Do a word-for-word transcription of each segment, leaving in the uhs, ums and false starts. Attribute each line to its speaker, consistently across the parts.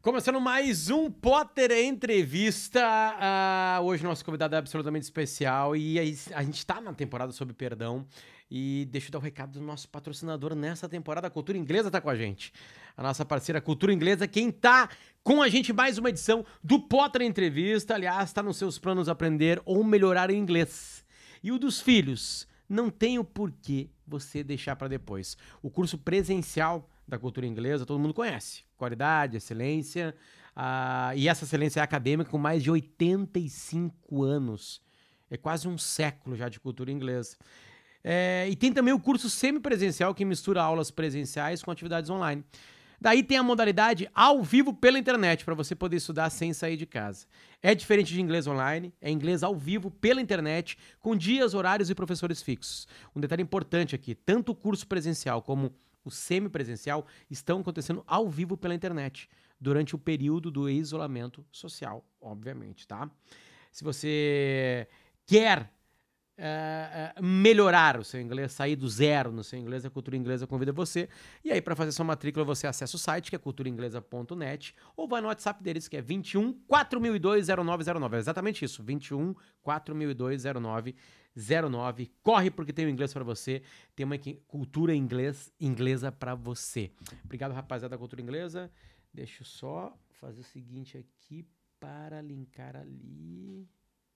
Speaker 1: Começando mais um Potter Entrevista. Uh, hoje nosso convidado é absolutamente especial e a gente tá na temporada sobre perdão. E deixa eu dar o recado do nosso patrocinador nessa temporada. A Cultura Inglesa tá com a gente. A nossa parceira Cultura Inglesa, quem tá com a gente mais uma edição do Potter Entrevista. Aliás, tá nos seus planos aprender ou melhorar o inglês. E o dos filhos, não tem o porquê você deixar para depois. O curso presencial da Cultura Inglesa, todo mundo conhece. Qualidade, excelência, uh, e essa excelência é acadêmica com mais de oitenta e cinco anos. É quase um século já de cultura inglesa. É, e tem também o curso semipresencial, que mistura aulas presenciais com atividades online. Daí tem a modalidade ao vivo pela internet, para você poder estudar sem sair de casa. É diferente de inglês online, é inglês ao vivo pela internet, com dias, horários e professores fixos. Um detalhe importante aqui, tanto o curso presencial como o semipresencial estão acontecendo ao vivo pela internet, durante o período do isolamento social, obviamente, tá? Se você quer uh, uh, melhorar o seu inglês, sair do zero no seu inglês, a Cultura Inglesa convida você. E aí, para fazer sua matrícula, você acessa o site, que é cultura inglesa ponto net, ou vai no WhatsApp deles, que é vinte e um, quatro mil e dois, zero nove zero nove. É exatamente isso, vinte e um, quatro mil e dois, zero nove zero nove. Corre porque tem o inglês para você, tem uma cultura inglês, inglesa para você. Obrigado, rapaziada da Cultura Inglesa. Deixa eu só fazer o seguinte aqui para linkar ali.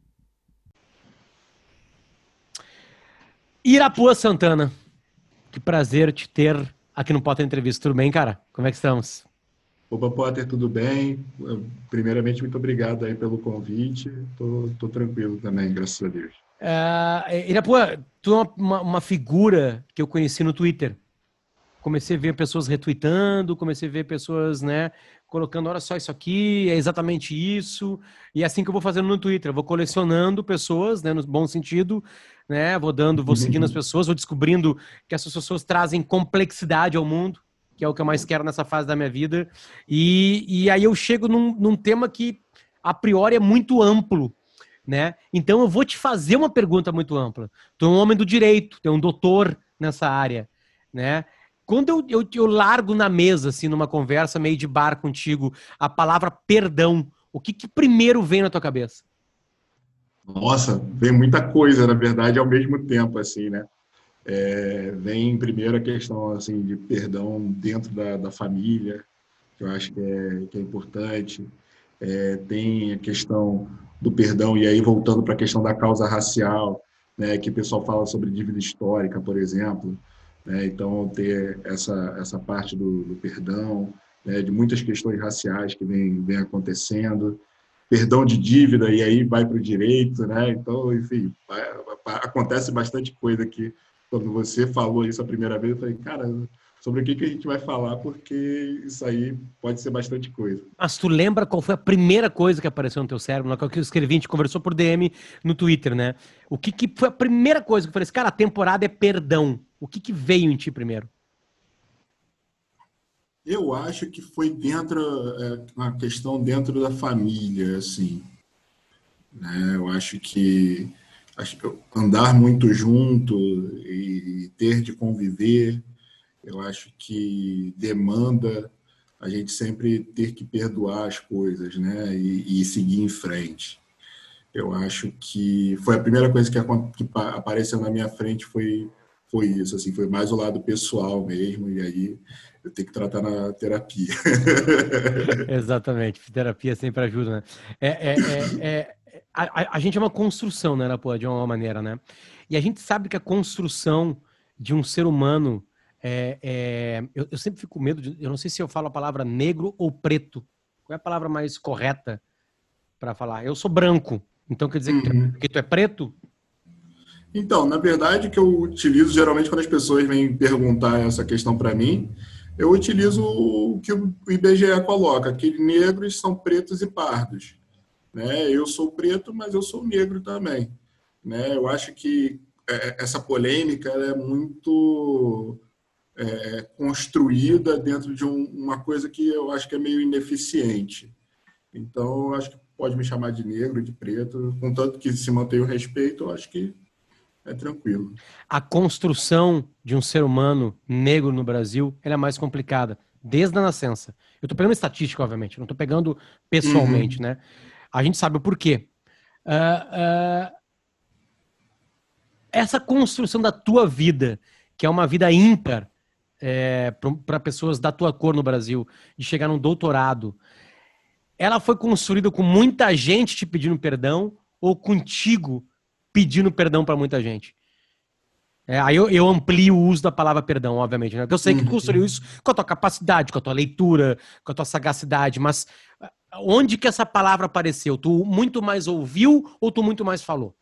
Speaker 1: Irapuã Santana, que prazer te ter aqui no Potter Entrevista. Tudo bem, cara? Como é que estamos?
Speaker 2: Opa, Potter, tudo bem? Primeiramente, muito obrigado aí pelo convite. Tô, tô tranquilo também, graças a Deus.
Speaker 1: Uh, Irapuã, tu é uma, uma figura que eu conheci no Twitter. Comecei a ver pessoas retweetando, comecei a ver pessoas, né, colocando, olha só isso aqui, é exatamente isso. E é assim que eu vou fazendo no Twitter. Eu vou colecionando pessoas, né, no bom sentido, né, vou dando, vou seguindo as pessoas, vou descobrindo que essas pessoas trazem complexidade ao mundo, que é o que eu mais quero nessa fase da minha vida. E, e aí eu chego num, num tema que, a priori, é muito amplo, né? Então eu vou te fazer uma pergunta muito ampla. Tu é um homem do direito, tu é um doutor nessa área, né? Quando eu, eu, eu largo na mesa, assim, numa conversa meio de bar contigo, a palavra perdão, o que, que primeiro vem na tua cabeça?
Speaker 2: Nossa, vem muita coisa, na verdade, ao mesmo tempo, assim, né? É, vem primeiro a questão, assim, de perdão dentro da, da família, que eu acho que é, que é importante. É, tem a questão do perdão, e aí voltando para a questão da causa racial, né, que o pessoal fala sobre dívida histórica, por exemplo, né, então ter essa, essa parte do, do perdão, né, de muitas questões raciais que vem, vem acontecendo, perdão de dívida, e aí vai para o direito, né, então, enfim, vai, vai, acontece bastante coisa aqui. Quando você falou isso a primeira vez, eu falei, cara, sobre o que, que a gente vai falar, porque isso aí pode ser bastante coisa.
Speaker 1: Mas tu lembra qual foi a primeira coisa que apareceu no teu cérebro? Na qual que eu escrevi, a gente conversou por D M no Twitter, né? O que, que foi a primeira coisa que eu falei assim, cara, a temporada é perdão. O que, que veio em ti primeiro?
Speaker 2: Eu acho que foi dentro, é, uma questão dentro da família, assim, né? Eu acho que, acho que andar muito junto e ter de conviver, eu acho que demanda a gente sempre ter que perdoar as coisas, né? E, e seguir em frente. Eu acho que foi a primeira coisa que, que apareceu na minha frente foi, foi isso, assim, foi mais o lado pessoal mesmo, e aí eu tenho que tratar na terapia.
Speaker 1: Exatamente, terapia sempre ajuda, né? É, é, é, é a, a gente é uma construção, né, pô, de uma maneira, né? E a gente sabe que a construção de um ser humano é, é eu, eu sempre fico com medo de, eu não sei se eu falo a palavra negro ou preto. Qual é a palavra mais correta para falar? Eu sou branco, então quer dizer que tu,
Speaker 2: Uhum.
Speaker 1: que tu é preto?
Speaker 2: Então, na verdade, o que eu utilizo geralmente quando as pessoas vêm perguntar essa questão para mim, eu utilizo o que o I B G E coloca, que negros são pretos e pardos. Né? Eu sou preto, mas eu sou negro também. Né? Eu acho que essa polêmica ela é muito é, construída dentro de um, uma coisa que eu acho que é meio ineficiente. Então, eu acho que pode me chamar de negro, de preto, contanto que se mantenha o respeito, eu acho que é tranquilo.
Speaker 1: A construção de um ser humano negro no Brasil ela é mais complicada. desde a nascença. Eu tô pegando estatística, obviamente, não tô pegando pessoalmente,
Speaker 2: Uhum.
Speaker 1: né? A gente sabe o porquê. Ah, ah, essa construção da tua vida, que é uma vida ímpar, é, para pessoas da tua cor no Brasil, de chegar num doutorado, ela foi construída com muita gente te pedindo perdão ou contigo pedindo perdão para muita gente? É, aí eu, eu amplio o uso da palavra perdão, obviamente, né? Porque eu sei que tu construiu
Speaker 2: Uhum.
Speaker 1: isso com a tua capacidade, com a tua leitura, com a tua sagacidade, mas ah, onde que essa palavra apareceu? Tu muito mais ouviu ou tu muito mais falou?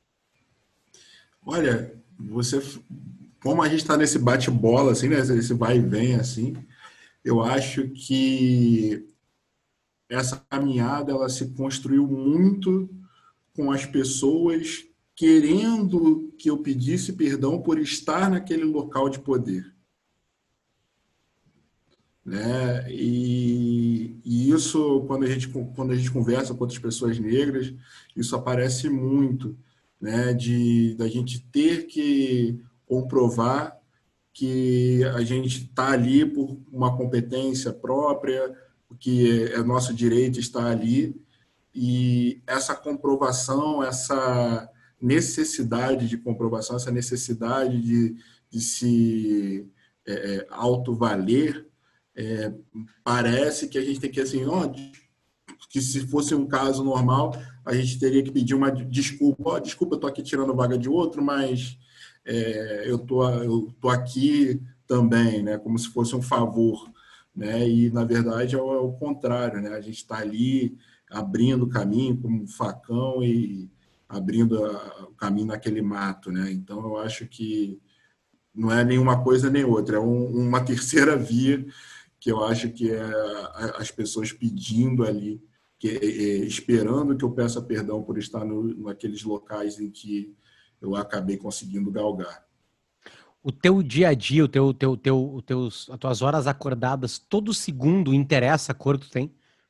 Speaker 2: Olha, você, como a gente está nesse bate-bola, assim, né? Esse vai e vem, assim, eu acho que essa caminhada ela se construiu muito com as pessoas querendo que eu pedisse perdão por estar naquele local de poder, né? E, e isso, quando a gente quando a gente conversa com outras pessoas negras, isso aparece muito, né? De da gente ter que comprovar que a gente está ali por uma competência própria, que é nosso direito estar ali, e essa comprovação, essa necessidade de comprovação, essa necessidade de, de se é, é, autovaler, é, parece que a gente tem que, assim, ó, que se fosse um caso normal, a gente teria que pedir uma desculpa. Oh, desculpa, eu estou aqui tirando vaga de outro, mas é, eu tô, eu tô aqui também, né? Como se fosse um favor, né? E na verdade é o, é o contrário, né? A gente está ali abrindo o caminho como um facão e abrindo a, o caminho naquele mato, né? Então eu acho que não é nenhuma coisa nem outra, é um, uma terceira via que eu acho que é as pessoas pedindo ali, que, é, esperando que eu peça perdão por estar no, naqueles locais em que eu acabei conseguindo galgar.
Speaker 1: O teu dia a dia, o teu, teu, teu, teus, as tuas horas acordadas, todo segundo interessa a cor que tu tem?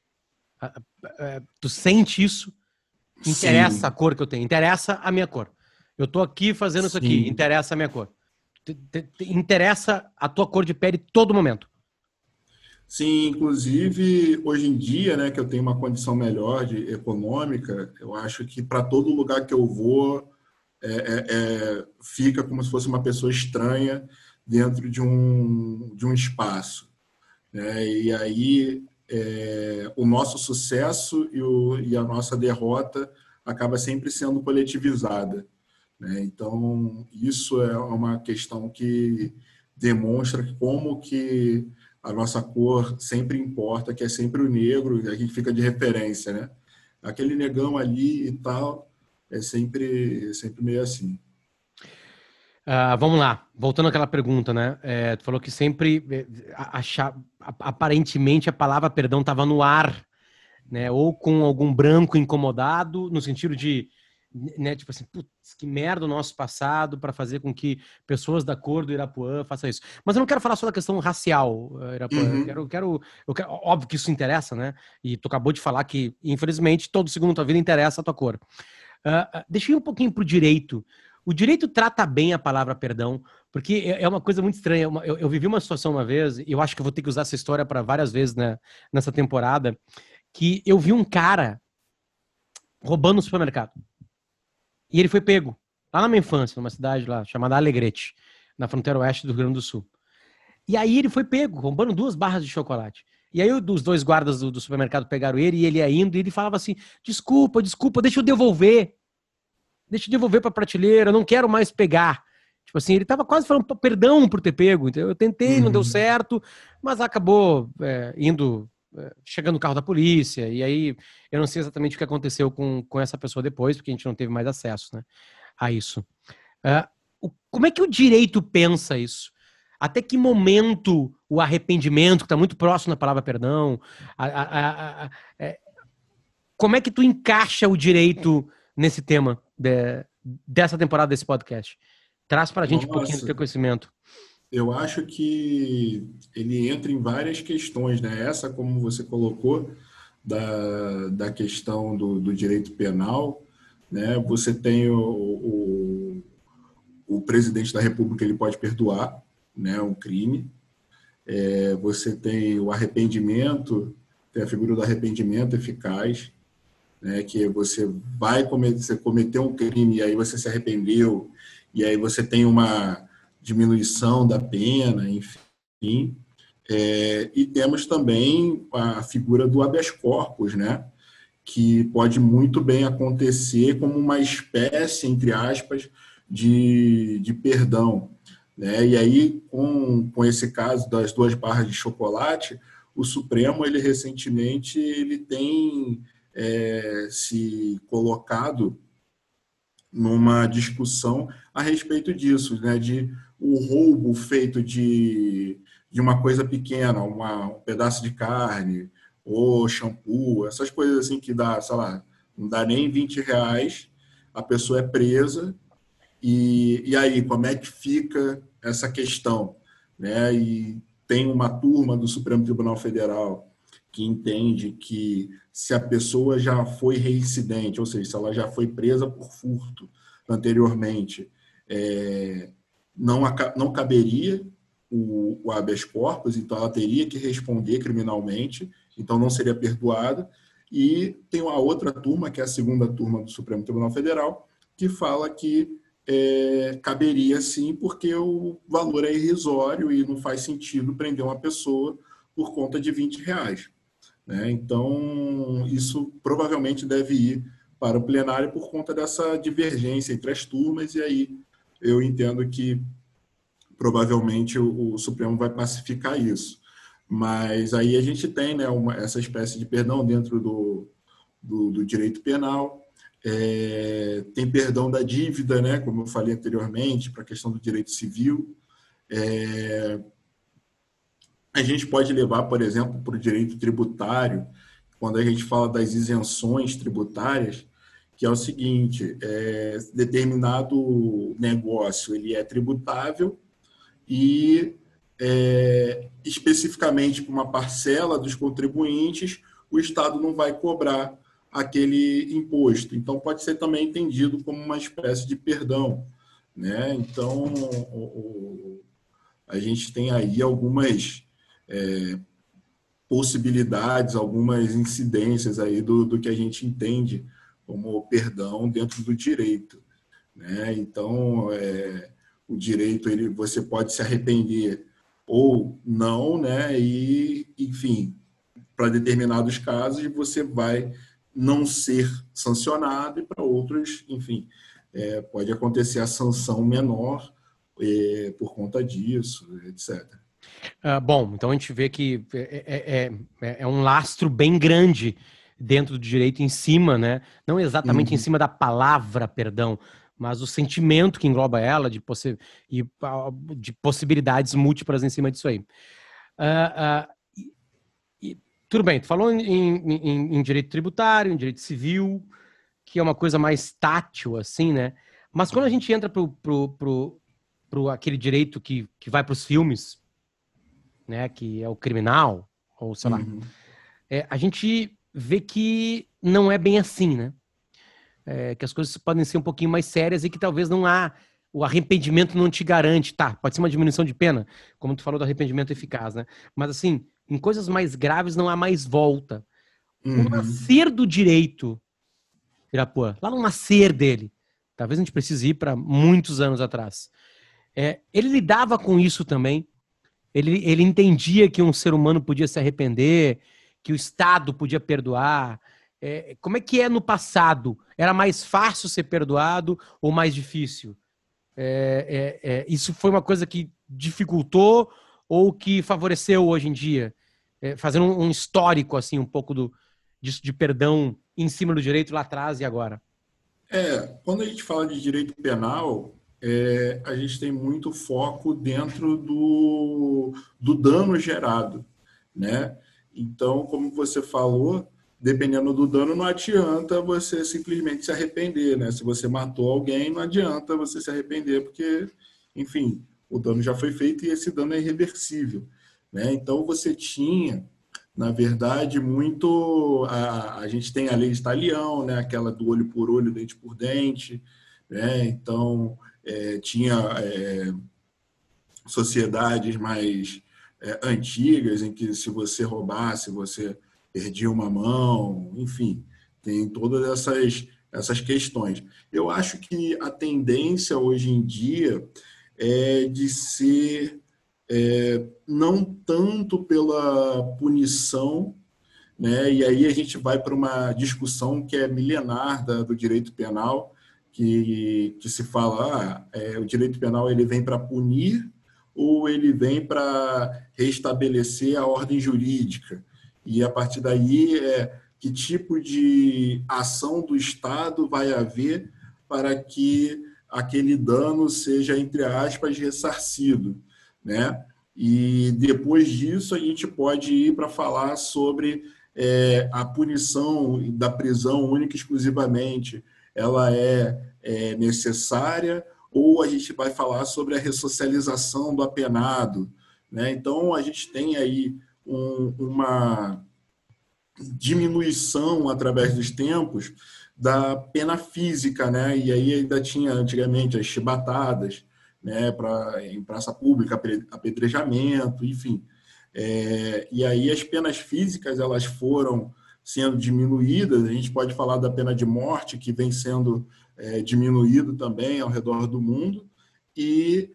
Speaker 1: Tu sente isso? Interessa a
Speaker 2: Sim,
Speaker 1: cor que eu tenho, interessa a minha cor. Eu tô aqui fazendo isso aqui,
Speaker 2: sim.
Speaker 1: interessa a minha cor. Interessa a tua cor de pele todo momento.
Speaker 2: Sim, inclusive hoje em dia, né, que eu tenho uma condição melhor de econômica, eu acho que para todo lugar que eu vou é, é, é, fica como se fosse uma pessoa estranha dentro de um, de um espaço, né? E aí é, o nosso sucesso e, o, e a nossa derrota acaba sempre sendo coletivizada, né? Então isso é uma questão que demonstra como que a nossa cor sempre importa, que é sempre o negro, a gente fica de referência, né? Aquele negão ali e tal, é sempre, é sempre meio assim.
Speaker 1: Uh, vamos lá, voltando àquela pergunta, né? É, tu falou que sempre é, achar, aparentemente a palavra perdão estava no ar, né? Ou com algum branco incomodado, no sentido de, né? Tipo assim, putz, que merda o nosso passado para fazer com que pessoas da cor do Irapuã façam isso. Mas eu não quero falar só da questão racial, Irapuã. Eu quero,
Speaker 2: Uhum.
Speaker 1: eu quero, eu quero, óbvio que isso interessa, né? E tu acabou de falar que, infelizmente, todo segundo da tua vida interessa a tua cor. Uh, uh, deixa eu ir um pouquinho pro direito. O direito trata bem a palavra perdão, porque é, é uma coisa muito estranha. Eu, eu vivi uma situação uma vez, e eu acho que eu vou ter que usar essa história para várias vezes, né, nessa temporada, que eu vi um cara roubando no supermercado. E ele foi pego, lá na minha infância, numa cidade lá, chamada Alegrete, na fronteira oeste do Rio Grande do Sul. E aí ele foi pego, roubando duas barras de chocolate. E aí os dois guardas do, do supermercado pegaram ele, e ele ia indo, e ele falava assim, desculpa, desculpa, deixa eu devolver. Deixa eu devolver pra prateleira, eu não quero mais pegar. Tipo assim, ele tava quase falando perdão por ter pego. Então eu tentei, não deu
Speaker 2: Uhum.
Speaker 1: certo, mas acabou é, indo, é, chegando o carro da polícia. E aí eu não sei exatamente o que aconteceu com, com essa pessoa depois, porque a gente não teve mais acesso, né, a isso. É, o, como é que o direito pensa isso? Até que momento o arrependimento, que está muito próximo da palavra perdão, a, a, a, a, é, como é que tu encaixa o direito nesse tema de, dessa temporada desse podcast? Traz pra gente um pouquinho do teu
Speaker 2: Nossa,
Speaker 1: conhecimento.
Speaker 2: eu acho que ele entra em várias questões, né? Essa, como você colocou, da, da questão do, do direito penal, né? Você tem o, o, o presidente da República, ele pode perdoar, né, um crime, É, você tem o arrependimento, tem a figura do arrependimento eficaz, né, que você vai cometer, você cometeu um crime e aí você se arrependeu, e aí você tem uma diminuição da pena, enfim. É, e temos também a figura do habeas corpus, né, que pode muito bem acontecer como uma espécie, entre aspas, de, de perdão. Né? E aí, com, com esse caso das duas barras de chocolate, o Supremo, ele recentemente, ele tem é, se colocado numa discussão a respeito disso, né? De o roubo feito de, de uma coisa pequena, uma, um pedaço de carne, ou shampoo, essas coisas assim que dá, sei lá, não dá nem vinte reais, a pessoa é presa, e, e aí, como é que fica essa questão? Né? E tem uma turma do Supremo Tribunal Federal que entende que se a pessoa já foi reincidente, ou seja, se ela já foi presa por furto anteriormente, é, não, não caberia o, o habeas corpus, então ela teria que responder criminalmente, então não seria perdoada. E tem uma outra turma, que é a segunda turma do Supremo Tribunal Federal, que fala que é, caberia sim, porque o valor é irrisório e não faz sentido prender uma pessoa por conta de vinte reais. Né? Então, isso provavelmente deve ir para o plenário por conta dessa divergência entre as turmas, e aí eu entendo que provavelmente o, o Supremo vai pacificar isso. Mas aí a gente tem, né, uma, essa espécie de perdão dentro do, do, do direito penal. É, tem perdão da dívida, né, como eu falei anteriormente, para a questão do direito civil. É, a gente pode levar, por exemplo, para o direito tributário, quando a gente fala das isenções tributárias, que é o seguinte, é, determinado negócio ele é tributável e, é, especificamente para uma parcela dos contribuintes, o Estado não vai cobrar aquele imposto. Então, pode ser também entendido como uma espécie de perdão. Né? Então, o, o, a gente tem aí algumas é, possibilidades, algumas incidências aí do, do que a gente entende como perdão dentro do direito. Né? Então, é, o direito, ele, você pode se arrepender ou não, né? E, enfim, para determinados casos, você vai não ser sancionado, e para outros, enfim, é, pode acontecer a sanção menor é, por conta disso, etcétera.
Speaker 1: Uh, bom, então a gente vê que é, é, é, é um lastro bem grande dentro do direito em cima, né? Não exatamente uhum. em cima da palavra perdão, mas o sentimento que engloba ela de, possi de possibilidades múltiplas em cima disso aí. Uh, uh, e, e, tudo bem, tu falou em, em, em direito tributário, em direito civil, que é uma coisa mais tátil, assim, né? Mas quando a gente entra pro, pro, pro, pro aquele direito que, que vai para os filmes, né, que é o criminal, ou sei lá, uhum. é, a gente vê que não é bem assim, né? É, que as coisas podem ser um pouquinho mais sérias e que talvez não há, o arrependimento não te garante, tá, pode ser uma diminuição de pena, como tu falou do arrependimento eficaz, né? Mas assim, em coisas mais graves não há mais volta. Uhum. O nascer do direito, Irapuã, lá no nascer dele, talvez a gente precise ir para muitos anos atrás, é, ele lidava com isso também. Ele, ele entendia que um ser humano podia se arrepender, que o Estado podia perdoar. É, como é que é no passado? Era mais fácil ser perdoado ou mais difícil? É, é, é, isso foi uma coisa que dificultou ou que favoreceu hoje em dia? É, fazendo um, um histórico, assim, um pouco do, disso de perdão em cima do direito lá atrás e agora.
Speaker 2: É, quando a gente fala de direito penal, É, a gente tem muito foco dentro do, do dano gerado, né? Então, como você falou, dependendo do dano, não adianta você simplesmente se arrepender, né? Se você matou alguém, não adianta você se arrepender, porque, enfim, o dano já foi feito e esse dano é irreversível, né? Então, você tinha, na verdade, muito... A, a gente tem a lei de Talião, né? Aquela do olho por olho, dente por dente, né? Então... É, tinha é, sociedades mais é, antigas, em que se você roubasse, você perdia uma mão, enfim, tem todas essas, essas questões. Eu acho que a tendência hoje em dia é de ser é, não tanto pela punição, né? E aí a gente vai para uma discussão que é milenar da, do direito penal, que, que se fala, ah, é, o direito penal ele vem para punir ou ele vem para restabelecer a ordem jurídica. E a partir daí, é, que tipo de ação do Estado vai haver para que aquele dano seja, entre aspas, ressarcido, né? E depois disso a gente pode ir para falar sobre é, a punição da prisão única e exclusivamente, ela é, é necessária, ou a gente vai falar sobre a ressocialização do apenado, né? Então a gente tem aí um, uma diminuição através dos tempos da pena física, né? E aí ainda tinha antigamente as chibatadas, né? Pra, em praça pública, apedrejamento, enfim. É, e aí as penas físicas elas foram sendo diminuídas. A gente pode falar da pena de morte, que vem sendo é, diminuído também ao redor do mundo, e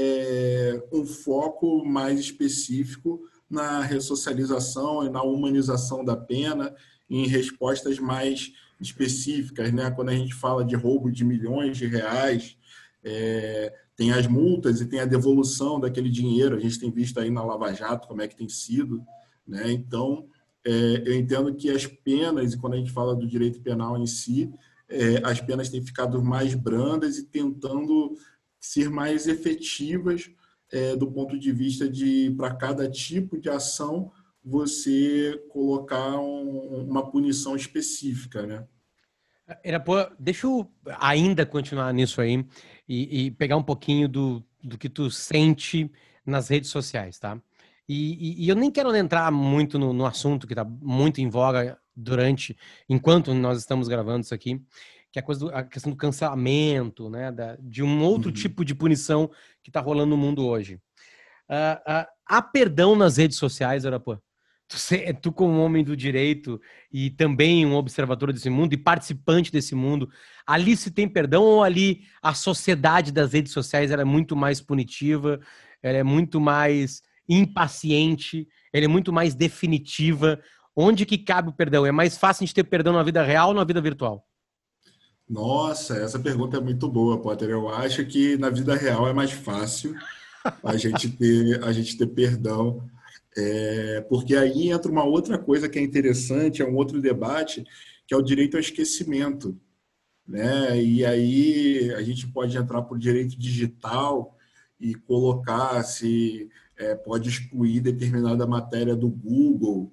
Speaker 2: é, um foco mais específico na ressocialização e na humanização da pena, em respostas mais específicas, né? Quando a gente fala de roubo de milhões de reais, é, tem as multas e tem a devolução daquele dinheiro. A gente tem visto aí na Lava Jato como é que tem sido, né? Então, é, eu entendo que as penas, e quando a gente fala do direito penal em si, é, as penas têm ficado mais brandas e tentando ser mais efetivas é, do ponto de vista de, para cada tipo de ação, você colocar um, uma punição específica, né?
Speaker 1: Irapô, deixa eu ainda continuar nisso aí e, e pegar um pouquinho do, do que tu sente nas redes sociais, tá? E, e- e eu nem quero entrar muito no, no assunto que tá muito em voga durante, enquanto nós estamos gravando isso aqui, que é a, coisa do- a questão do cancelamento, né? Da- de um outro
Speaker 2: Uhum.
Speaker 1: tipo de punição que tá rolando no mundo hoje. Ah, ah, há perdão nas redes sociais, Arapô? Tu, se- tu, como um homem do direito e também um observador desse mundo e participante desse mundo, ali se tem perdão ou ali a sociedade das redes sociais ela é muito mais punitiva, ela é muito mais impaciente, ela é muito mais definitiva? Onde que cabe o perdão? É mais fácil a gente ter perdão na vida real ou na vida virtual?
Speaker 2: Nossa, essa pergunta é muito boa, Potter. Eu acho que na vida real é mais fácil a gente ter, a gente ter perdão, é, porque aí entra uma outra coisa que é interessante, é um outro debate, que é o direito ao esquecimento, né? E aí a gente pode entrar por direito digital e colocar se é, pode excluir determinada matéria do Google,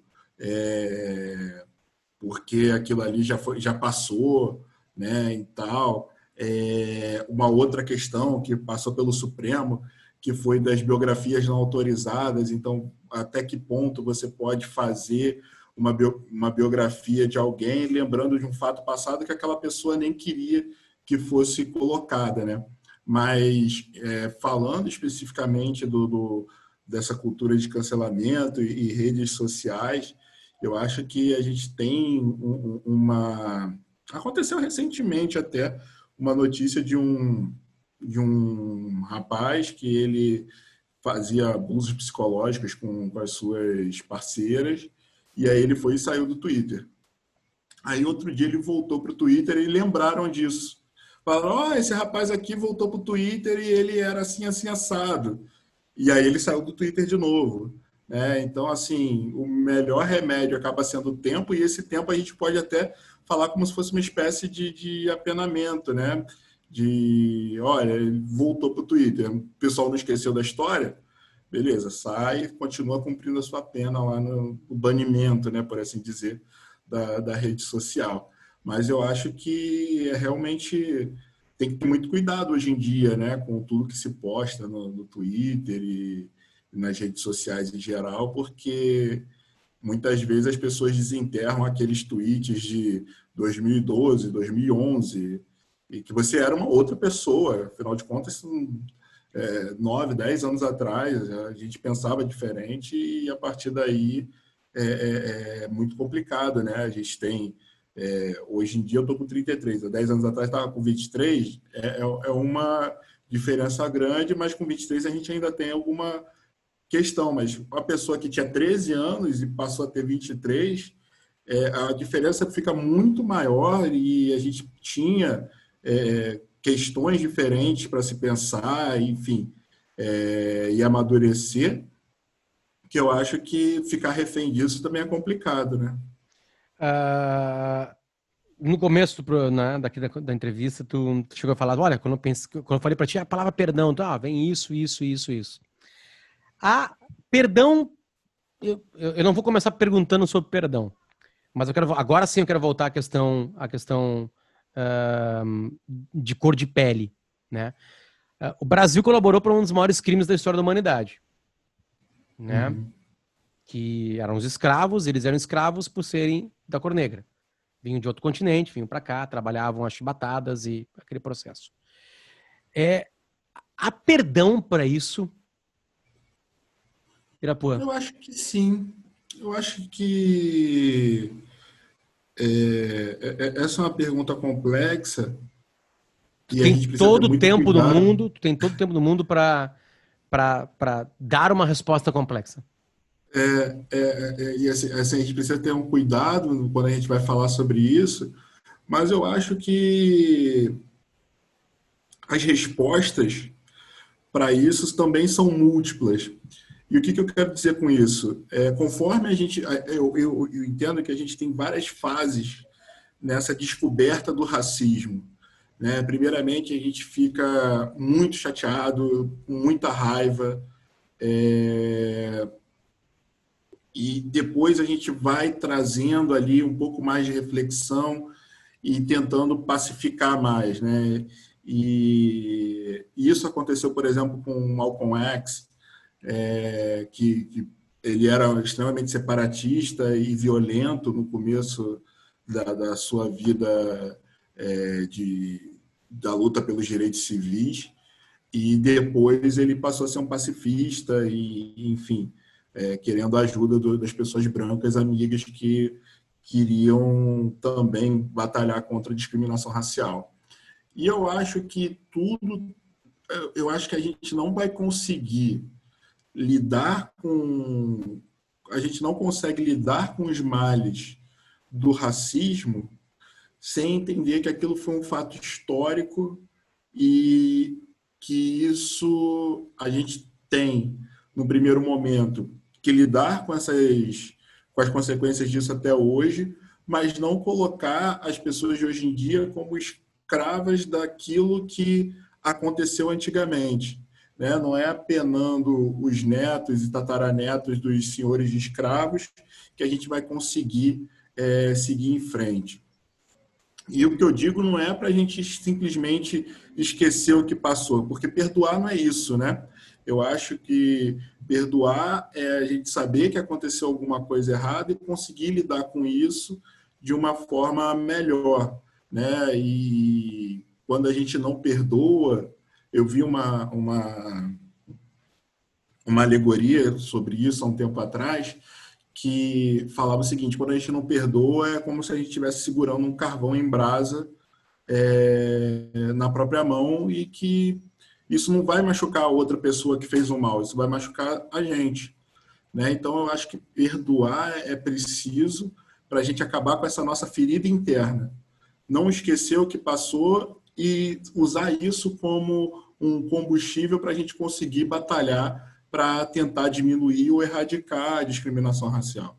Speaker 2: é, porque aquilo ali já foi, já passou, né? E tal. É, uma outra questão que passou pelo Supremo, que foi das biografias não autorizadas. Então, até que ponto você pode fazer uma, bio, uma biografia de alguém, lembrando de um fato passado que aquela pessoa nem queria que fosse colocada, né? Mas é, falando especificamente do, do, dessa cultura de cancelamento e, e redes sociais, eu acho que a gente tem uma. Aconteceu recentemente até uma notícia de um, de um rapaz que ele fazia abusos psicológicos com, com as suas parceiras, e aí ele foi e saiu do Twitter. Aí outro dia ele voltou para o Twitter e lembraram disso. Falaram, ó, oh, esse rapaz aqui voltou para o Twitter e ele era assim, assim, assado. E aí ele saiu do Twitter de novo. Né? Então, assim, o melhor remédio acaba sendo o tempo, e esse tempo a gente pode até falar como se fosse uma espécie de, de apenamento, né? De, olha, ele voltou para o Twitter, o pessoal não esqueceu da história, beleza, sai, continua cumprindo a sua pena lá no, no banimento, né, por assim dizer, da, da rede social. Mas eu acho que é realmente tem que ter muito cuidado hoje em dia, né, com tudo que se posta no, no Twitter e nas redes sociais em geral, porque muitas vezes as pessoas desenterram aqueles tweets de dois mil e doze, dois mil e onze, e que você era uma outra pessoa. Afinal de contas, nove, dez anos atrás, a gente pensava diferente e a partir daí é, é, é muito complicado, né? A gente tem, é, hoje em dia eu estou com trinta e três, há dez anos atrás estava com vinte e três, é, é uma diferença grande, mas com vinte e três a gente ainda tem alguma questão, mas a pessoa que tinha treze anos e passou a ter vinte e três, é, a diferença fica muito maior e a gente tinha é, questões diferentes para se pensar, enfim, é, e amadurecer, que eu acho que ficar refém disso também é complicado, né?
Speaker 1: Uh, no começo do, né, daqui da, da entrevista, tu, tu chegou a falar, olha, quando eu, penso, quando eu falei para ti a palavra perdão, tu, ah, vem isso, isso, isso, isso. Ah, perdão, eu, eu não vou começar perguntando sobre perdão, mas eu quero, agora sim eu quero voltar à questão, à questão uh, de cor de pele, né? Uh, o Brasil colaborou para um dos maiores crimes da história da humanidade, né?
Speaker 2: Uhum.
Speaker 1: Que eram os escravos, eles eram escravos por serem da cor negra. Vinham de outro continente, vinham para cá, trabalhavam as chibatadas e aquele processo. É, há perdão para isso, Irapuã?
Speaker 2: Eu acho que sim. Eu acho que é, é, essa é uma pergunta complexa
Speaker 1: Tu
Speaker 2: e a
Speaker 1: tem
Speaker 2: gente precisa ter
Speaker 1: todo o
Speaker 2: muito
Speaker 1: tempo do
Speaker 2: cuidado.
Speaker 1: mundo, tu tem todo o tempo do mundo para para dar uma resposta complexa.
Speaker 2: É, é, é, e assim, assim, a gente precisa ter um cuidado quando a gente vai falar sobre isso, mas eu acho que as respostas para isso também são múltiplas. E o que, que eu quero dizer com isso? É, conforme a gente. Eu, eu, eu entendo que a gente tem várias fases nessa descoberta do racismo. Né? Primeiramente, a gente fica muito chateado, com muita raiva, é, e depois a gente vai trazendo ali um pouco mais de reflexão e tentando pacificar mais, né? E isso aconteceu, por exemplo, com Malcolm X, é, que, que ele era extremamente separatista e violento no começo da, da sua vida é, de, da luta pelos direitos civis, e depois ele passou a ser um pacifista e, enfim, é, querendo a ajuda do, das pessoas brancas amigas que queriam também batalhar contra a discriminação racial. E eu acho que tudo, eu acho que a gente não vai conseguir lidar com, a gente não consegue lidar com os males do racismo sem entender que aquilo foi um fato histórico e que isso a gente tem, no primeiro momento, que lidar com essas, com as consequências disso até hoje, mas não colocar as pessoas de hoje em dia como escravas daquilo que aconteceu antigamente. Né? Não é apenando os netos e tataranetos dos senhores de escravos que a gente vai conseguir é, seguir em frente. E o que eu digo não é para a gente simplesmente esquecer o que passou, porque perdoar não é isso, né? Eu acho que perdoar é a gente saber que aconteceu alguma coisa errada e conseguir lidar com isso de uma forma melhor, né? E quando a gente não perdoa, eu vi uma, uma, uma alegoria sobre isso há um tempo atrás, que falava o seguinte: quando a gente não perdoa, é como se a gente estivesse segurando um carvão em brasa é, na própria mão, e que isso não vai machucar a outra pessoa que fez o mal, isso vai machucar a gente. Né? Então, eu acho que perdoar é preciso para a gente acabar com essa nossa ferida interna. Não esquecer o que passou e usar isso como um combustível para a gente conseguir batalhar para tentar diminuir ou erradicar a discriminação racial.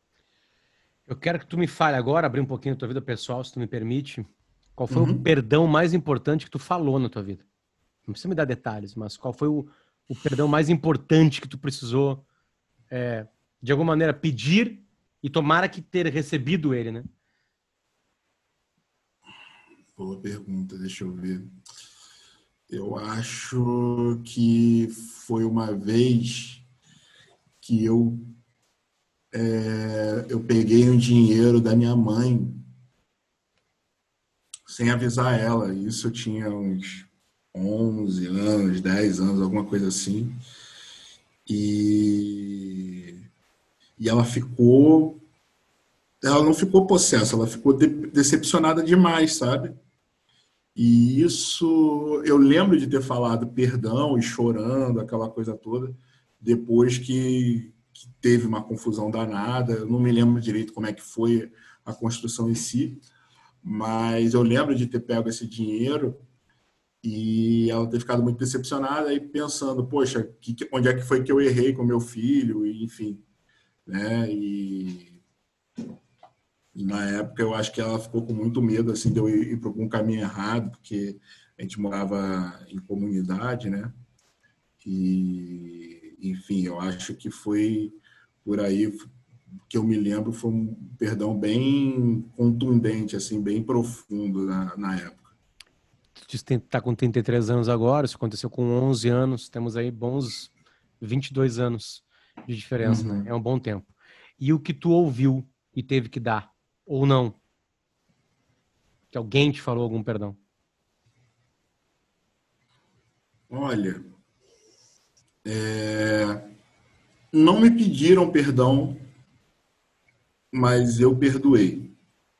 Speaker 1: Eu quero que tu me fale agora, abrir um pouquinho da tua vida pessoal, se tu me permite. Qual foi o
Speaker 2: Uhum.
Speaker 1: perdão mais importante que tu falou na tua vida? Não precisa me dar detalhes, mas qual foi o, o perdão mais importante que tu precisou, é, de alguma maneira, pedir e tomara que ter recebido ele, né?
Speaker 2: Boa pergunta, deixa eu ver. Eu acho que foi uma vez que eu, é, eu peguei um dinheiro da minha mãe sem avisar ela. Isso eu tinha uns onze anos, dez anos, alguma coisa assim. E, e ela ficou. Ela não ficou possessa, ela ficou de, decepcionada demais, sabe? E isso, eu lembro de ter falado perdão e chorando, aquela coisa toda, depois que, que teve uma confusão danada. Eu não me lembro direito como é que foi a construção em si, mas eu lembro de ter pego esse dinheiro e ela ter ficado muito decepcionada e pensando, poxa, que, onde é que foi que eu errei com meu filho, e, enfim, né? E, e na época eu acho que ela ficou com muito medo assim de eu ir, ir por algum caminho errado, porque a gente morava em comunidade, né? E, enfim, eu acho que foi por aí que eu me lembro, foi um perdão bem contundente, assim, bem profundo na, na época.
Speaker 1: Tu está com trinta e três anos agora, isso aconteceu com onze anos, temos aí bons vinte e dois anos de diferença, né?
Speaker 2: Uhum.
Speaker 1: É um bom tempo. E o que tu ouviu e teve que dar, ou não? Que alguém te falou algum perdão?
Speaker 2: Olha, é, não me pediram perdão, mas eu perdoei.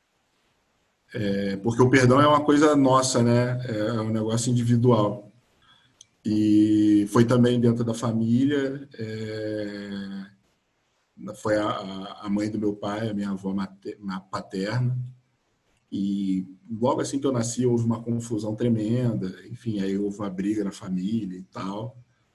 Speaker 2: É, porque o perdão é uma coisa nossa, né? É um negócio individual. E foi também dentro da família. É, foi a, a mãe do meu pai, a minha avó paterna. E logo assim que eu nasci, houve uma confusão tremenda. Enfim, aí houve uma briga na família e tal.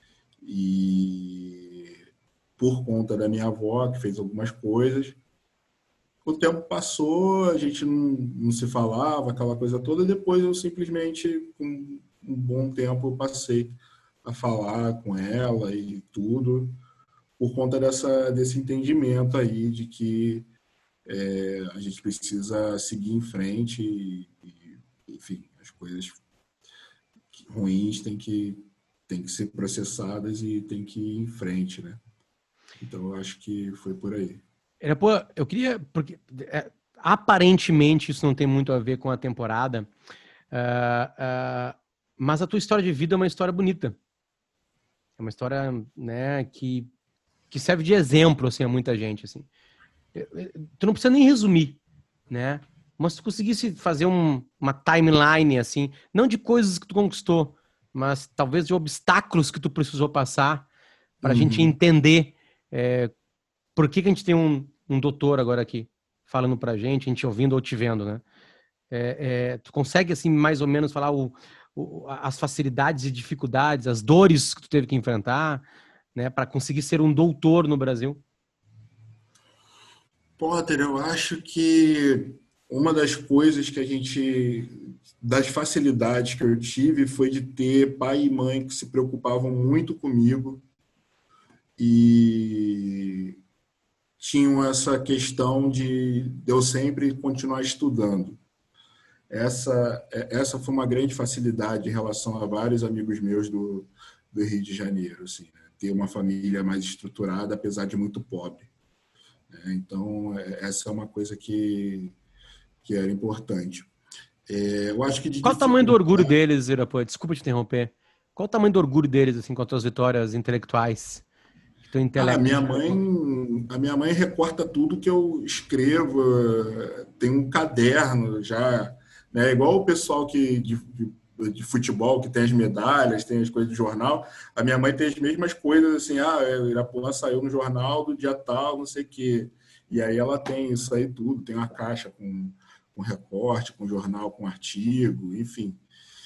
Speaker 2: E por conta da minha avó, que fez algumas coisas, o tempo passou, a gente não, não se falava, aquela coisa toda. Depois eu simplesmente, com um bom tempo, eu passei a falar com ela e tudo, por conta dessa, desse entendimento aí de que é, a gente precisa seguir em frente e, e, enfim, as coisas ruins têm que, têm que ser processadas e tem que ir em frente, né? Então eu acho que foi por aí.
Speaker 1: Era, pô, eu queria, porque é, aparentemente isso não tem muito a ver com a temporada, uh, uh, mas a tua história de vida é uma história bonita. É uma história, né, que, que serve de exemplo, assim, a muita gente, assim. Tu não precisa nem resumir, né? Mas se tu conseguisse fazer um, uma timeline, assim, não de coisas que tu conquistou, mas talvez de obstáculos que tu precisou passar para a gente
Speaker 2: Uhum.
Speaker 1: entender é, por que, que a gente tem um, um doutor agora aqui falando pra gente, a gente ouvindo ou te vendo, né? É, é, tu consegue, assim, mais ou menos falar o, o, as facilidades e dificuldades, as dores que tu teve que enfrentar, né, para conseguir ser um doutor no Brasil?
Speaker 2: Potter, eu acho que uma das coisas que a gente, das facilidades que eu tive foi de ter pai e mãe que se preocupavam muito comigo e tinham essa questão de eu sempre continuar estudando. Essa, essa foi uma grande facilidade em relação a vários amigos meus do, do Rio de Janeiro, assim, né? Ter uma família mais estruturada, apesar de muito pobre. Né? Então, essa é uma coisa que, que era importante. É, eu acho que de
Speaker 1: Qual o tamanho do
Speaker 2: dificuldade.
Speaker 1: orgulho deles, Irapô? Desculpa te interromper. Qual o tamanho do orgulho deles, assim, com as tuas vitórias intelectuais? Que teu
Speaker 2: Ah, a
Speaker 1: intelecto
Speaker 2: minha
Speaker 1: chega,
Speaker 2: mãe,
Speaker 1: pô.
Speaker 2: a minha mãe recorta tudo que eu escrevo, tem um caderno já, né? Igual o pessoal que de, de, de futebol que tem as medalhas, tem as coisas do jornal. A minha mãe tem as mesmas coisas assim, ah, o Irapuã saiu no jornal do dia tal, não sei o quê. E aí ela tem isso aí tudo, tem uma caixa com, com recorte, com jornal, com artigo, enfim.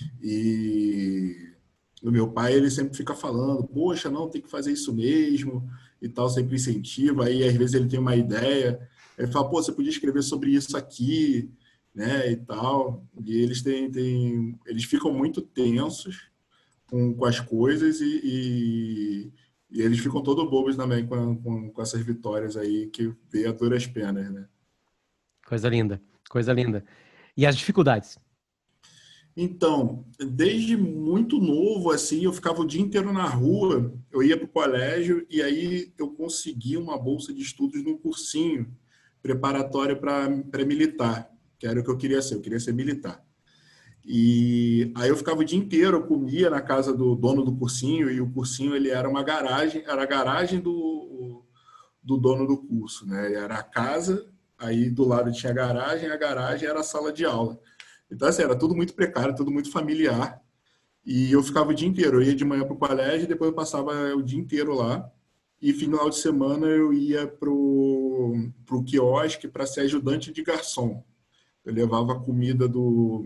Speaker 2: E o meu pai, ele sempre fica falando, poxa, não, tem que fazer isso mesmo, e tal, sempre incentiva, aí às vezes ele tem uma ideia, ele fala, pô, você podia escrever sobre isso aqui, né, e tal, e eles têm, têm eles ficam muito tensos com, com as coisas e, e, e eles ficam todos bobos também com, com, com essas vitórias aí que vê a duras penas, né.
Speaker 1: Coisa linda, coisa linda. E as dificuldades?
Speaker 2: Então, desde muito novo, assim, eu ficava o dia inteiro na rua, eu ia para o colégio e aí eu consegui uma bolsa de estudos num cursinho preparatório para militar, que era o que eu queria ser, eu queria ser militar. E aí eu ficava o dia inteiro, eu comia na casa do dono do cursinho, e o cursinho ele era uma garagem, era a garagem do, do dono do curso, né? Era a casa, aí do lado tinha a garagem, a garagem era a sala de aula. Então, assim, era tudo muito precário, tudo muito familiar. E eu ficava o dia inteiro, eu ia de manhã para o colégio, e depois eu passava o dia inteiro lá. E final de semana eu ia para o quiosque para ser ajudante de garçom. Eu levava a comida do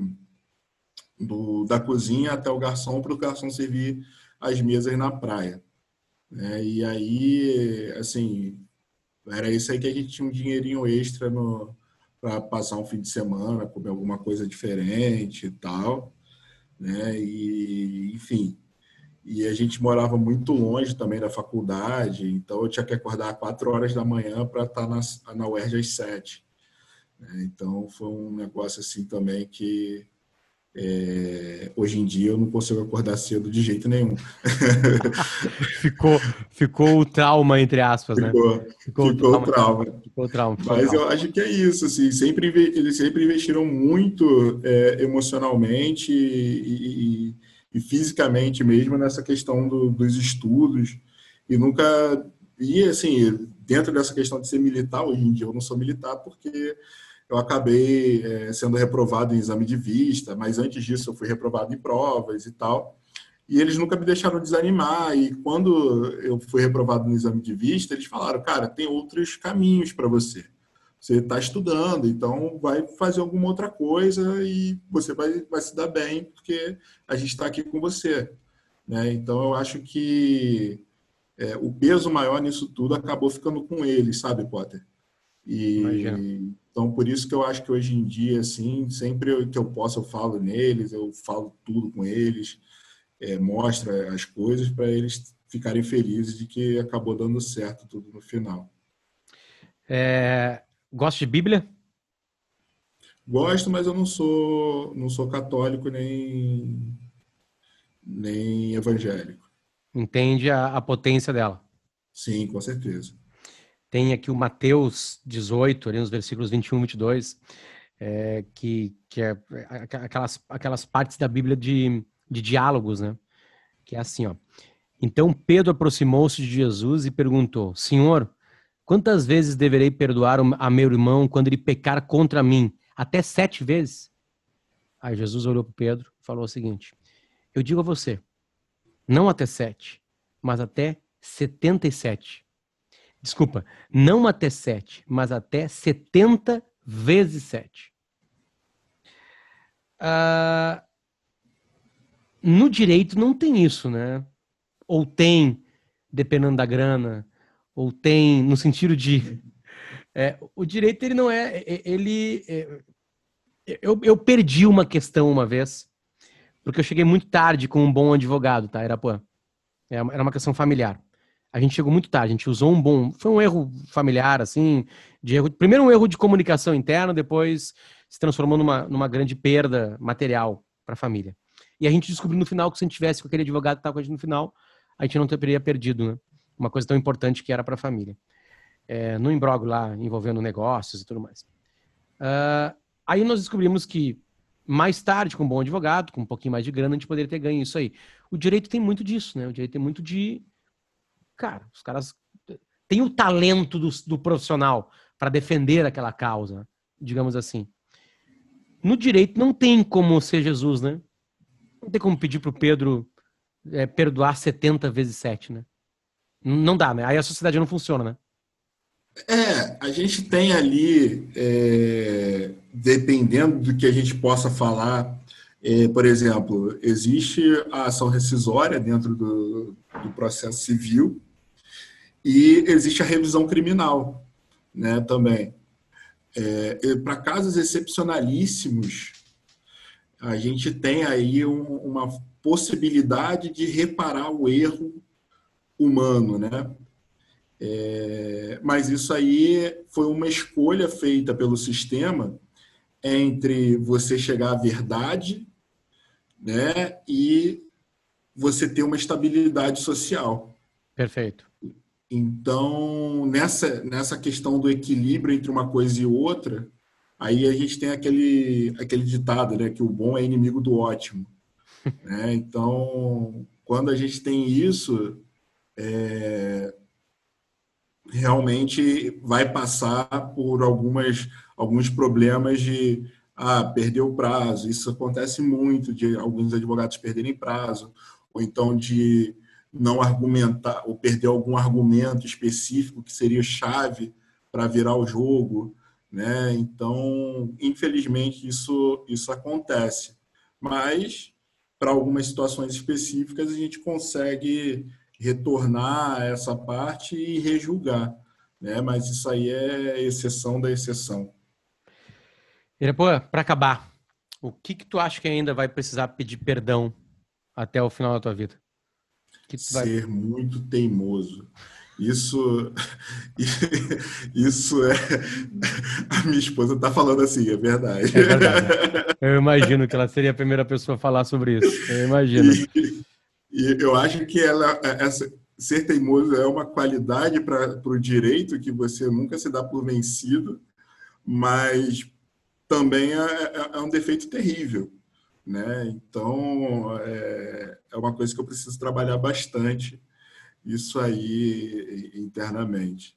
Speaker 2: do, da cozinha até o garçom, para o garçom servir as mesas na praia. Né? E aí, assim, era isso aí que a gente tinha um dinheirinho extra para passar um fim de semana, comer alguma coisa diferente e tal. Né? E, enfim, e a gente morava muito longe também da faculdade, então eu tinha que acordar às quatro horas da manhã para estar na, na U E R J às sete. Né? Então foi um negócio assim também que É, hoje em dia eu não consigo acordar cedo de jeito nenhum.
Speaker 1: ficou, ficou o trauma, entre aspas, né?
Speaker 2: Ficou,
Speaker 1: Ficou o
Speaker 2: ficou o
Speaker 1: trauma.
Speaker 2: trauma.
Speaker 1: Ficou o trauma, ficou o
Speaker 2: Mas
Speaker 1: trauma.
Speaker 2: eu acho que é isso, assim, sempre, eles sempre investiram muito é, emocionalmente e, e, e fisicamente mesmo nessa questão do, dos estudos. E nunca... E, assim, dentro dessa questão de ser militar, hoje em dia eu não sou militar porque eu acabei é, sendo reprovado em exame de vista, mas antes disso eu fui reprovado em provas e tal. E eles nunca me deixaram desanimar. E quando eu fui reprovado no exame de vista, eles falaram, cara, tem outros caminhos para você. Você está estudando, então vai fazer alguma outra coisa e você vai, vai se dar bem, porque a gente está aqui com você. Né? Então eu acho que é, o peso maior nisso tudo acabou ficando com eles, sabe, Potter?
Speaker 1: Imagina.
Speaker 2: E então por isso que eu acho que hoje em dia, assim, sempre que eu posso eu falo neles, eu falo tudo com eles, é, mostra as coisas para eles ficarem felizes de que acabou dando certo tudo no final.
Speaker 1: É, gosta de Bíblia?
Speaker 2: Gosto, mas eu não sou não sou católico nem nem evangélico.
Speaker 1: Entende a, a potência dela.
Speaker 2: Sim, com certeza.
Speaker 1: Tem aqui o Mateus dezoito, ali nos versículos vinte e um, vinte e dois, é, que, que é aquelas, aquelas partes da Bíblia de, de diálogos, né? Que é assim, ó. Então Pedro aproximou-se de Jesus e perguntou, Senhor, quantas vezes deverei perdoar a meu irmão quando ele pecar contra mim? Até sete vezes? Aí Jesus olhou para Pedro e falou o seguinte, eu digo a você, não até sete, mas até setenta e sete. Desculpa, não até sete, mas até setenta vezes sete. Ah, no direito não tem isso, né? Ou tem, dependendo da grana, ou tem no sentido de... É, o direito, ele não é... ele é, eu, eu perdi uma questão uma vez, porque eu cheguei muito tarde com um bom advogado, tá, Irapuã? Era uma questão familiar. A gente chegou muito tarde, a gente usou um bom... Foi um erro familiar, assim, de erro... Primeiro um erro de comunicação interna, depois se transformou numa, numa grande perda material para a família. E a gente descobriu no final que se a gente tivesse com aquele advogado que estava com a gente no final, a gente não teria perdido, né? Uma coisa tão importante que era para a família. É, no imbróglio lá, envolvendo negócios e tudo mais. Uh, aí nós descobrimos que mais tarde, com um bom advogado, com um pouquinho mais de grana, a gente poderia ter ganho isso aí. O direito tem muito disso, né? O direito tem muito de... Cara, os caras têm o talento do, do profissional para defender aquela causa, digamos assim. No direito não tem como ser Jesus, né? Não tem como pedir pro Pedro é, perdoar setenta vezes sete, né? Não dá, né? Aí a sociedade não funciona, né?
Speaker 2: É, a gente tem ali, é, dependendo do que a gente possa falar, é, por exemplo, existe a ação rescisória dentro do, do processo civil e existe a revisão criminal, né, também. É, para casos excepcionalíssimos, a gente tem aí um, uma possibilidade de reparar o erro humano, né? É, mas isso aí foi uma escolha feita pelo sistema entre você chegar à verdade, né, e você ter uma estabilidade social.
Speaker 1: Perfeito.
Speaker 2: Então, nessa, nessa questão do equilíbrio entre uma coisa e outra, aí a gente tem aquele, aquele ditado, né, que o bom é inimigo do ótimo. Né? Então, quando a gente tem isso, é, realmente vai passar por algumas, alguns problemas de ah, perder o prazo. Isso acontece muito, de alguns advogados perderem prazo, ou então de não argumentar, ou perder algum argumento específico que seria chave para virar o jogo. Né? Então, infelizmente, isso, isso acontece. Mas, para algumas situações específicas, a gente consegue retornar a essa parte e rejulgar. Né? Mas isso aí é exceção da exceção.
Speaker 1: Irapô, para acabar, o que que tu acha que ainda vai precisar pedir perdão até o final da tua vida? Que tu vai...
Speaker 2: Ser muito teimoso. Isso, isso é... A minha esposa está falando assim, é verdade.
Speaker 1: É verdade. Eu imagino que ela seria a primeira pessoa a falar sobre isso. Eu imagino.
Speaker 2: E, e eu acho que ela, essa, ser teimoso é uma qualidade para o direito, que você nunca se dá por vencido, mas também é, é um defeito terrível. Né? Então, é, é uma coisa que eu preciso trabalhar bastante, isso aí internamente.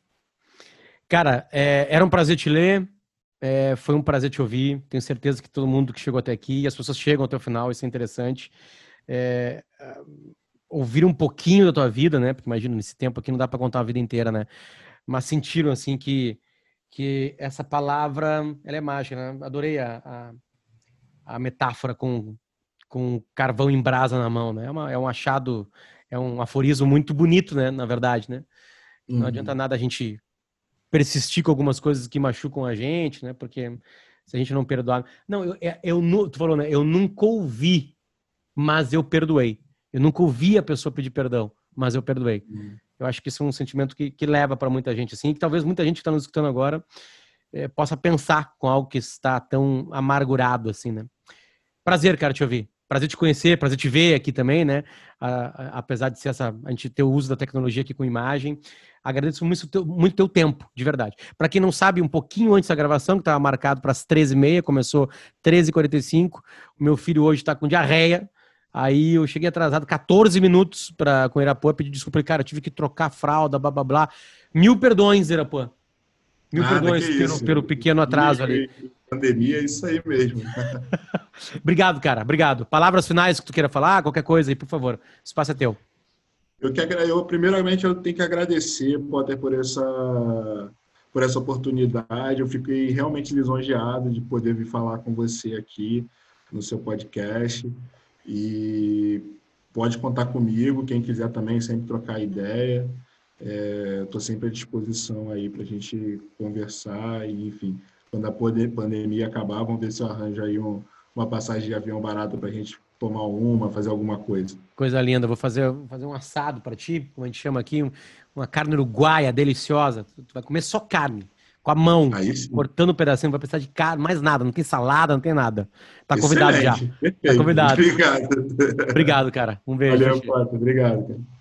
Speaker 1: Cara, é, era um prazer te ler, é, foi um prazer te ouvir, tenho certeza que todo mundo que chegou até aqui, e as pessoas chegam até o final, isso é interessante, é, ouvir um pouquinho da tua vida, né, porque imagina, nesse tempo aqui não dá para contar a vida inteira, né, mas sentiram, assim, que, que essa palavra, ela é mágica, né? Adorei a, a, a metáfora com, com carvão em brasa na mão, né, é, uma, é um achado, é um aforismo muito bonito, né, na verdade, né, não uhum. adianta nada a gente persistir com algumas coisas que machucam a gente, né? Porque se a gente não perdoar... Não, eu, eu, tu falou, né? Eu nunca ouvi, mas eu perdoei. Eu nunca ouvi a pessoa pedir perdão, mas eu perdoei. Uhum. Eu acho que isso é um sentimento que, que leva para muita gente, assim, que talvez muita gente que está nos escutando agora é, possa pensar com algo que está tão amargurado, assim, né? Prazer, cara, te ouvir. Prazer te conhecer, prazer te ver aqui também, né? A, a, apesar de ser essa, a gente ter o uso da tecnologia aqui com imagem. Agradeço muito teu, muito teu tempo, de verdade. Para quem não sabe, um pouquinho antes da gravação, que estava marcado para as treze e meia, começou treze e quarenta e cinco. O meu filho hoje está com diarreia. Aí eu cheguei atrasado quatorze minutos pra, com o Irapô, pedi desculpa. Cara, eu tive que trocar a fralda, blá, blá, blá. Mil perdões, Irapô. Mil
Speaker 2: Nada,
Speaker 1: perdões pelo, pelo pequeno atraso e, ali.
Speaker 2: Pandemia é isso aí mesmo.
Speaker 1: Obrigado, cara. Obrigado. Palavras finais que tu queira falar, qualquer coisa aí, por favor. O espaço é teu.
Speaker 2: Eu, que, eu primeiramente, eu tenho que agradecer, Potter, por essa, por essa oportunidade. Eu fiquei realmente lisonjeado de poder vir falar com você aqui no seu podcast. E pode contar comigo, quem quiser também sempre trocar ideia. Estou é, sempre à disposição aí para a gente conversar e, enfim, quando a pandemia acabar, vamos ver se eu arranjo aí um, uma passagem de avião barata para a gente tomar uma, fazer alguma coisa.
Speaker 1: Coisa linda, vou fazer, vou fazer um assado para ti, como a gente chama aqui, um, uma carne uruguaia deliciosa. Tu vai comer só carne, com a mão, cortando um pedacinho, não vai precisar de carne, mais nada, não tem salada, não tem nada. Tá convidado. Excelente. Já. Perfeito. Tá convidado.
Speaker 2: Obrigado.
Speaker 1: Obrigado, cara. Um beijo.
Speaker 2: Valeu, Pato. Obrigado, cara.